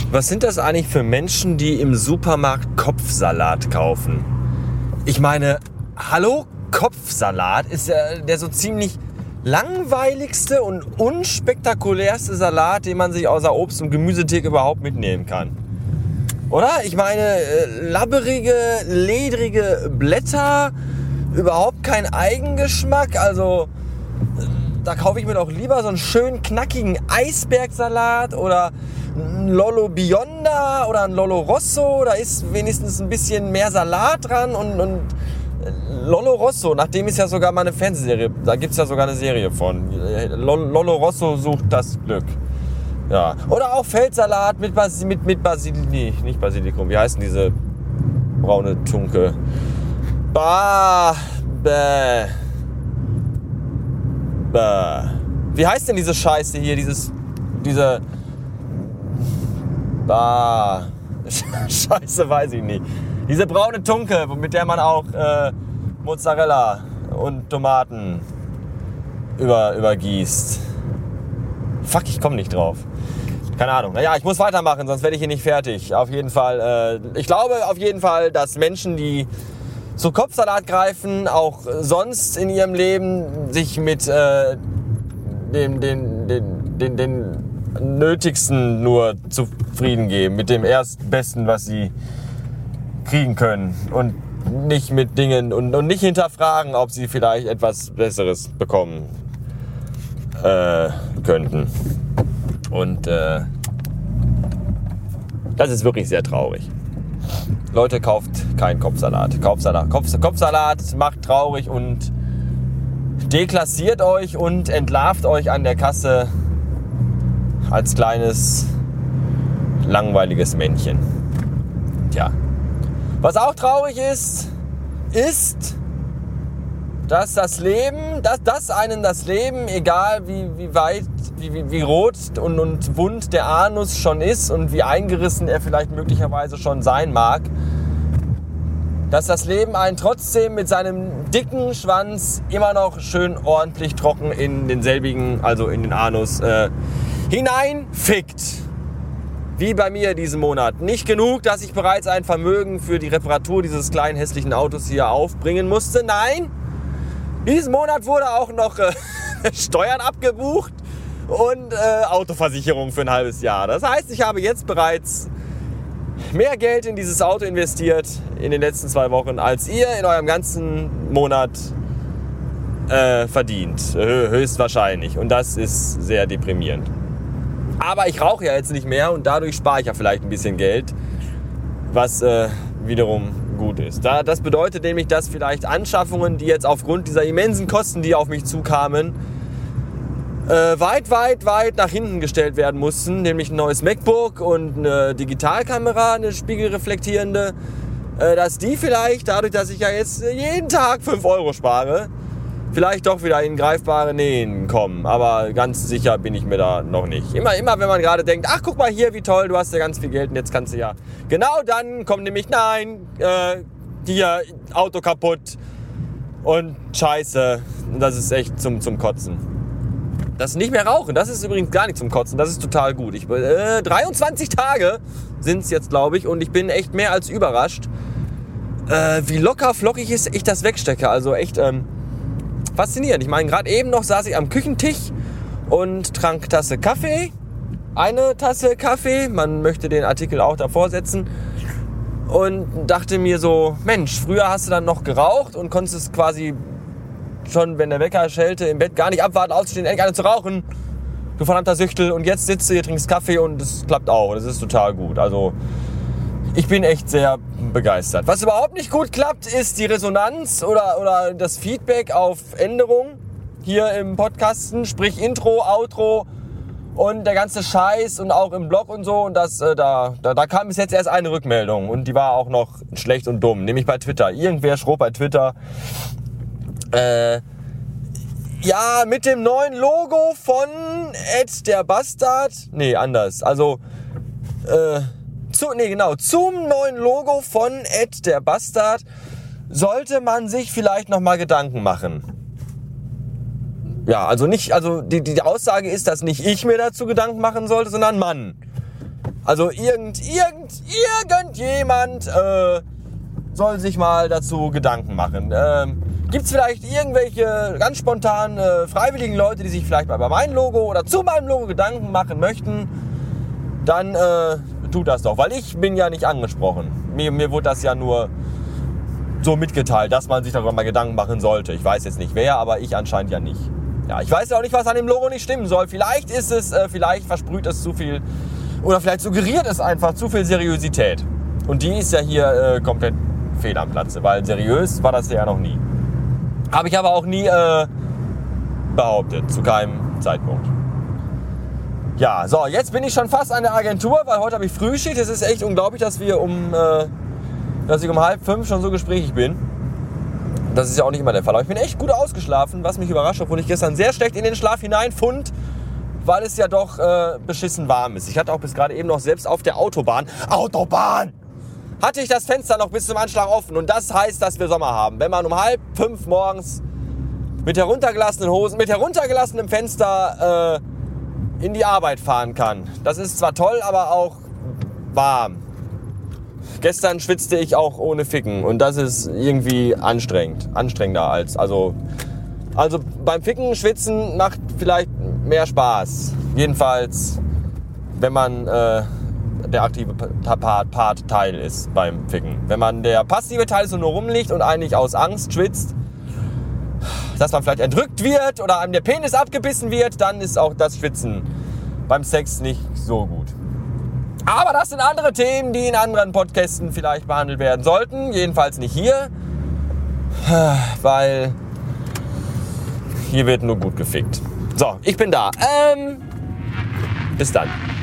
Was sind das eigentlich für Menschen, die im Supermarkt Kopfsalat kaufen? Ich meine, hallo, Kopfsalat ist ja der so ziemlich langweiligste und unspektakulärste Salat, den man sich außer Obst- und Gemüsetheke überhaupt mitnehmen kann. Oder? Ich meine, labberige, ledrige Blätter, überhaupt kein Eigengeschmack. Also, da kaufe ich mir doch lieber so einen schönen, knackigen Eisbergsalat oder ein Lollo Bionda oder ein Lollo Rosso. Da ist wenigstens ein bisschen mehr Salat dran und Lollo Rosso, nach dem ist ja sogar mal eine Fernsehserie, da gibt es ja sogar eine Serie von. Lollo Rosso sucht das Glück. Ja. Oder auch Feldsalat mit Basilikum, nee, nicht Basilikum, wie heißt denn diese braune Tunke? Wie heißt denn diese Scheiße hier, Scheiße, weiß ich nicht. Diese braune Tunke, mit der man auch Mozzarella und Tomaten übergießt. Fuck, ich komme nicht drauf. Keine Ahnung. Naja, ich muss weitermachen, sonst werde ich hier nicht fertig. Auf jeden Fall. Ich glaube auf jeden Fall, dass Menschen, die zu Kopfsalat greifen, auch sonst in ihrem Leben sich mit den Nötigsten nur zufrieden geben. Mit dem Erstbesten, was sie kriegen können. Und nicht mit Dingen und nicht hinterfragen, ob sie vielleicht etwas Besseres bekommen könnten. Und das ist wirklich sehr traurig. Leute, kauft keinen Kopfsalat. Kopfsalat macht traurig und deklassiert euch und entlarvt euch an der Kasse als kleines, langweiliges Männchen. Tja. Was auch traurig ist, dass das Leben, dass einem das Leben, egal wie weit, wie rot und wund der Anus schon ist und wie eingerissen er vielleicht möglicherweise schon sein mag, dass das Leben einen trotzdem mit seinem dicken Schwanz immer noch schön ordentlich trocken in denselbigen, also in den Anus, hineinfickt. Wie bei mir diesen Monat. Nicht genug, dass ich bereits ein Vermögen für die Reparatur dieses kleinen hässlichen Autos hier aufbringen musste. Nein, diesen Monat wurde auch noch Steuern abgebucht und Autoversicherung für ein halbes Jahr. Das heißt, ich habe jetzt bereits mehr Geld in dieses Auto investiert in den letzten 2 Wochen, als ihr in eurem ganzen Monat verdient. Höchstwahrscheinlich. Und das ist sehr deprimierend. Aber ich rauche ja jetzt nicht mehr und dadurch spare ich ja vielleicht ein bisschen Geld, was wiederum gut ist. Das bedeutet nämlich, dass vielleicht Anschaffungen, die jetzt aufgrund dieser immensen Kosten, die auf mich zukamen, weit nach hinten gestellt werden mussten. Nämlich ein neues MacBook und eine Digitalkamera, eine spiegelreflektierende, dass die vielleicht, dadurch, dass ich ja jetzt jeden Tag 5 Euro spare, vielleicht doch wieder in greifbare Nähen kommen. Aber ganz sicher bin ich mir da noch nicht. Immer wenn man gerade denkt, ach guck mal hier, wie toll, du hast ja ganz viel Geld und jetzt kannst du ja. Genau dann kommt nämlich, nein, hier, Auto kaputt und Scheiße. Das ist echt zum Kotzen. Das nicht mehr rauchen, das ist übrigens gar nicht zum Kotzen, das ist total gut. 23 Tage sind es jetzt, glaube ich, und ich bin echt mehr als überrascht, wie locker flockig ich das wegstecke. Also echt faszinierend. Ich meine, gerade eben noch saß ich am Küchentisch und trank eine Tasse Kaffee, man möchte den Artikel auch davor setzen, und dachte mir so, Mensch, früher hast du dann noch geraucht und konntest es quasi schon, wenn der Wecker schellte, im Bett gar nicht abwarten, aufzustehen, endlich eine zu rauchen, du verdammter Süchtel, und jetzt sitzt du hier, trinkst Kaffee und es klappt auch, das ist total gut. Also ich bin echt sehr begeistert. Was überhaupt nicht gut klappt, ist die Resonanz oder das Feedback auf Änderungen hier im Podcasten, sprich Intro, Outro und der ganze Scheiß und auch im Blog und so. Und da kam bis jetzt erst eine Rückmeldung und die war auch noch schlecht und dumm, nämlich bei Twitter. Irgendwer schrob bei Twitter, ja, mit dem neuen Logo von @derbastard, nee, anders, also zum neuen Logo von @derbastard sollte man sich vielleicht nochmal Gedanken machen. Ja, die Aussage ist, dass nicht ich mir dazu Gedanken machen sollte, sondern Mann. Also irgendjemand soll sich mal dazu Gedanken machen. Gibt es vielleicht irgendwelche ganz spontan freiwilligen Leute, die sich vielleicht mal bei meinem Logo oder zu meinem Logo Gedanken machen möchten? Dann tut das doch, weil ich bin ja nicht angesprochen. Mir wurde das ja nur so mitgeteilt, dass man sich darüber mal Gedanken machen sollte. Ich weiß jetzt nicht wer, aber ich anscheinend ja nicht. Ja, ich weiß ja auch nicht, was an dem Logo nicht stimmen soll. Vielleicht ist es, vielleicht versprüht es zu viel oder vielleicht suggeriert es einfach zu viel Seriosität. Und die ist ja hier komplett fehl am Platze, weil seriös war das ja noch nie. Habe ich aber auch nie behauptet, zu keinem Zeitpunkt. Ja, so, jetzt bin ich schon fast an der Agentur, weil heute habe ich Frühschicht. Es ist echt unglaublich, dass ich um 4:30 schon so gesprächig bin. Das ist ja auch nicht immer der Fall. Aber ich bin echt gut ausgeschlafen, was mich überrascht, obwohl ich gestern sehr schlecht in den Schlaf hineinfund, weil es ja doch beschissen warm ist. Ich hatte auch bis gerade eben noch selbst auf der Autobahn, hatte ich das Fenster noch bis zum Anschlag offen. Und das heißt, dass wir Sommer haben. Wenn man um 4:30 morgens mit heruntergelassenen Hosen, mit heruntergelassenem Fenster in die Arbeit fahren kann. Das ist zwar toll, aber auch warm. Gestern schwitzte ich auch ohne Ficken und das ist irgendwie anstrengender als, also beim Ficken schwitzen macht vielleicht mehr Spaß. Jedenfalls, wenn man der aktive Part-Teil ist beim Ficken. Wenn man der passive Teil ist und nur rumliegt und eigentlich aus Angst schwitzt, dass man vielleicht erdrückt wird oder einem der Penis abgebissen wird, dann ist auch das Schwitzen beim Sex nicht so gut. Aber das sind andere Themen, die in anderen Podcasten vielleicht behandelt werden sollten. Jedenfalls nicht hier, weil hier wird nur gut gefickt. So, ich bin da. Bis dann.